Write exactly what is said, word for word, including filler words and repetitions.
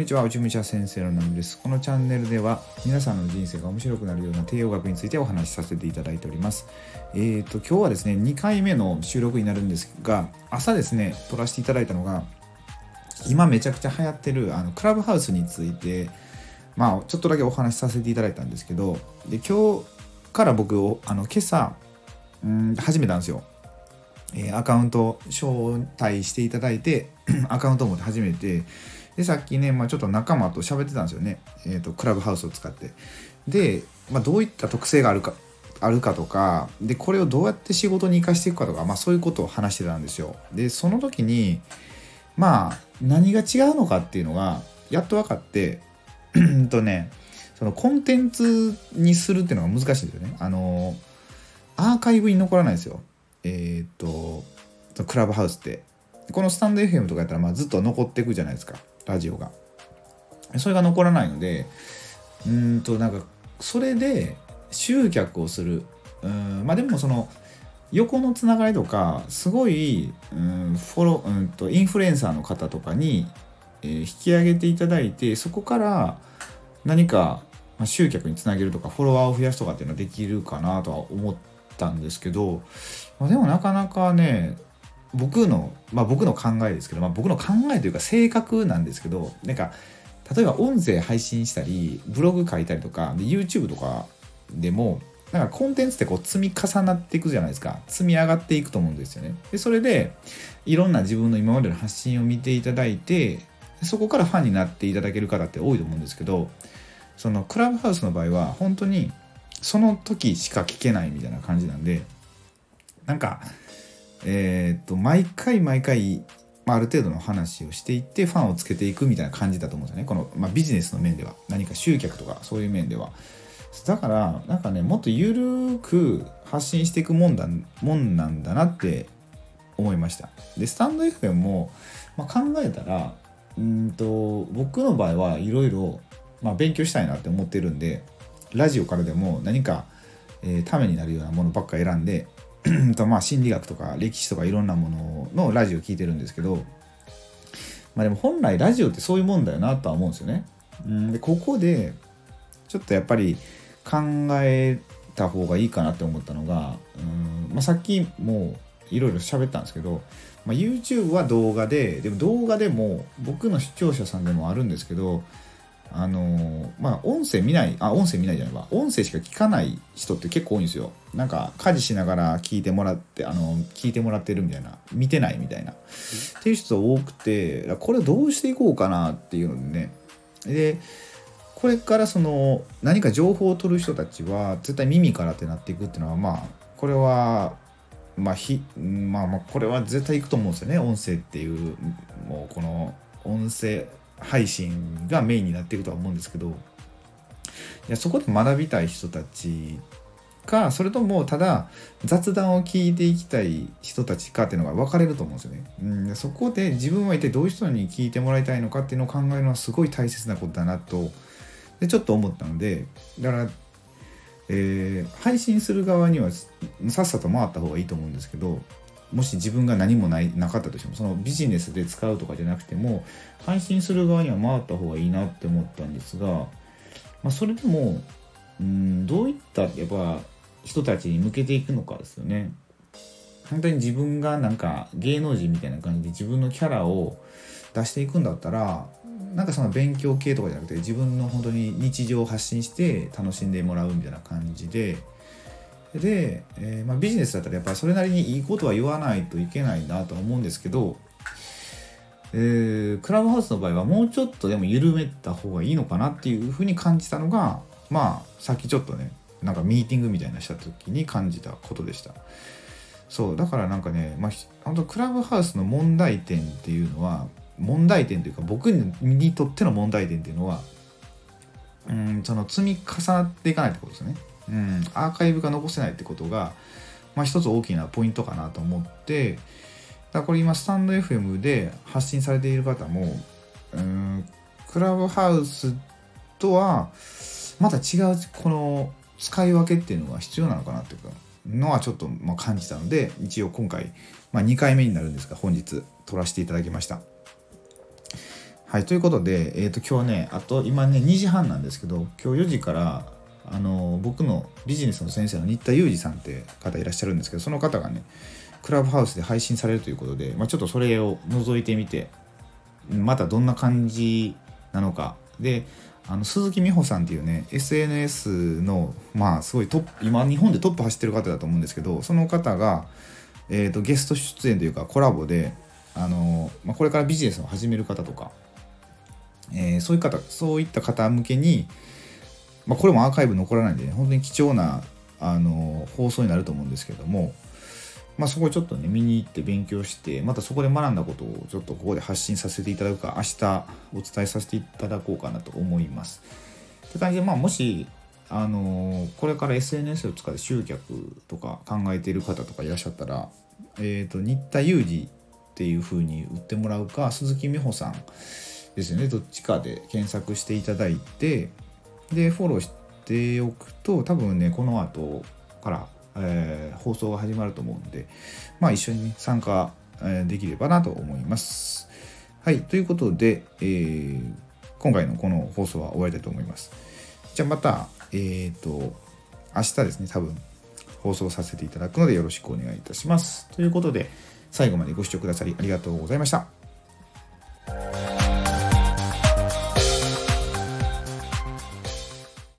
ちは、内武者先生のナミです。このチャンネルでは皆さんの人生が面白くなるような帝王学についてお話しさせていただいております。えーと今日はですねにかいめの収録になるんですが、朝ですね撮らせていただいたのが、今めちゃくちゃ流行ってるあのクラブハウスについてまあちょっとだけお話しさせていただいたんですけど、で今日から僕をあの今朝うん始めたんですよ。えー、アカウント招待していただいてアカウントを持って始めて、でさっきね、まあ、ちょっと仲間と喋ってたんですよね、えーと、クラブハウスを使って。で、まあ、どういった特性があるかあるかとかで、これをどうやって仕事に生かしていくかとか、まあ、そういうことを話してたんですよ。でその時にまあ何が違うのかっていうのがやっと分かってうんとねそのコンテンツにするっていうのが難しいんですよね。あのアーカイブに残らないんですよ。えっ、ー、とクラブハウスってこのスタンド エフエム とかやったらまあずっと残っていくじゃないですか、ラジオが。それが残らないので、うーんとなんかそれで集客をする、うーんまあでもその横のつながりとかすごい、うん、フォロー、うんとインフルエンサーの方とかに、えー引き上げていただいて、そこから何かまあ集客につなげるとかフォロワーを増やすとかっていうのはできるかなとは思ったんですけど、まあ、でもなかなかね僕のまあ僕の考えですけど、まあ、僕の考えというか性格なんですけど、なんか例えば音声配信したりブログ書いたりとかで YouTube とかでもなんかコンテンツってこう積み重なっていくじゃないですか。積み上がっていくと思うんですよね。でそれでいろんな自分の今までの発信を見ていただいて、そこからファンになっていただける方って多いと思うんですけど、そのクラブハウスの場合は本当にその時しか聞けないみたいな感じなんで、なんかえー、っと毎回毎回、まあ、ある程度の話をしていってファンをつけていくみたいな感じだと思うんですよね。この、まあ、ビジネスの面では、何か集客とかそういう面では。だからなんかねもっとゆるく発信していくもんだもんなんだなって思いました。でスタンド エフエム も、まあ、考えたらうんと僕の場合はいろいろ勉強したいなって思ってるんで、ラジオからでも何か、えー、ためになるようなものばっか選んでとまあ心理学とか歴史とかいろんなもののラジオ聞いてるんですけど、まあでも本来ラジオってそういうもんだよなとは思うんですよね。うんでここでちょっとやっぱり考えた方がいいかなって思ったのが、うん、まあ、さっきもいろいろ喋ったんですけど、まあ、YouTube は動画で、でも動画でも僕の視聴者さんでもあるんですけど、あのまあ音声見ないあ音声見ないじゃないわ音声しか聞かない人って結構多いんですよ。なんか家事しながら聞いてもらってあの聞いてもらってるみたいな、見てないみたいなっていう人多くて、これどうしていこうかなっていうのでね。でこれからその何か情報を取る人たちは絶対耳からってなっていくっていうのは、まあこれはまあひまあまあこれは絶対いくと思うんですよね。音声っていうもうこの音声配信がメインになっていくとは思うんですけど、いやそこで学びたい人たちか、それともただ雑談を聞いていきたい人たちかっていうのが分かれると思うんですよね。うん、でそこで自分は一体どういう人に聞いてもらいたいのかっていうのを考えるのはすごい大切なことだなとでちょっと思ったので、だから、えー、配信する側にはさっさと回った方がいいと思うんですけど、もし自分が何もないなかったとしても、そのビジネスで使うとかじゃなくても配信する側には回った方がいいなって思ったんですが、まあ、それでもうーんどういったやっぱ人たちに向けていくのかですよね。本当に自分がなんか芸能人みたいな感じで自分のキャラを出していくんだったら、なんかその勉強系とかじゃなくて自分の本当に日常を発信して楽しんでもらうみたいな感じでで、えーまあ、ビジネスだったらやっぱりそれなりにいいことは言わないといけないなとは思うんですけど、えー、クラブハウスの場合はもうちょっとでも緩めた方がいいのかなっていうふうに感じたのが、まあさっきちょっとねなんかミーティングみたいなした時に感じたことでした。そうだからなんかね、まあ本当クラブハウスの問題点っていうのは問題点というか僕にとっての問題点っていうのはうんその積み重なっていかないってことですね。うん、アーカイブが残せないってことが、まあ、一つ大きなポイントかなと思って、だからこれ今スタンド エフエム で発信されている方もうんクラブハウスとはまた違うこの使い分けっていうのが必要なのかなっていうのはちょっとまあ感じたので、一応今回、まあ、にかいめになるんですが本日撮らせていただきました。 はい、ということで、えーと、今日ね、あと今ね、にじはんなんですけど、今日よじから、あの僕のビジネスの先生の新田裕二さんって方いらっしゃるんですけど、その方がね、クラブハウスで配信されるということで、まあ、ちょっとそれを覗いてみて、またどんな感じなのか。で、あの鈴木美穂さんっていうね、エスエヌエス の、まあ、すごいトップ、今日本でトップ走ってる方だと思うんですけど、その方が、えーと、ゲスト出演というかコラボで、あのまあ、これからビジネスを始める方とか、えー、そういう方、そういった方向けに、まあ、これもアーカイブ残らないんで、ね、本当に貴重なあの放送になると思うんですけども、まあ、そこをちょっとね見に行って勉強して、またそこで学んだことをちょっとここで発信させていただくか、明日お伝えさせていただこうかなと思います。って感じで、まあ、もしあのこれから エスエヌエス を使って集客とか考えている方とかいらっしゃったら、えーと、新田裕二っていう風に打ってもらうか、鈴木美穂さんですよね、どっちかで検索していただいて、でフォローしておくと、多分ねこの後から、えー、放送が始まると思うんで、まあ一緒に、ね、参加、えー、できればなと思います。はい、ということで、えー、今回のこの放送は終わりたいと思います。じゃあまた、えーと、明日ですね、多分放送させていただくのでよろしくお願いいたします。ということで、最後までご視聴くださりありがとうございました。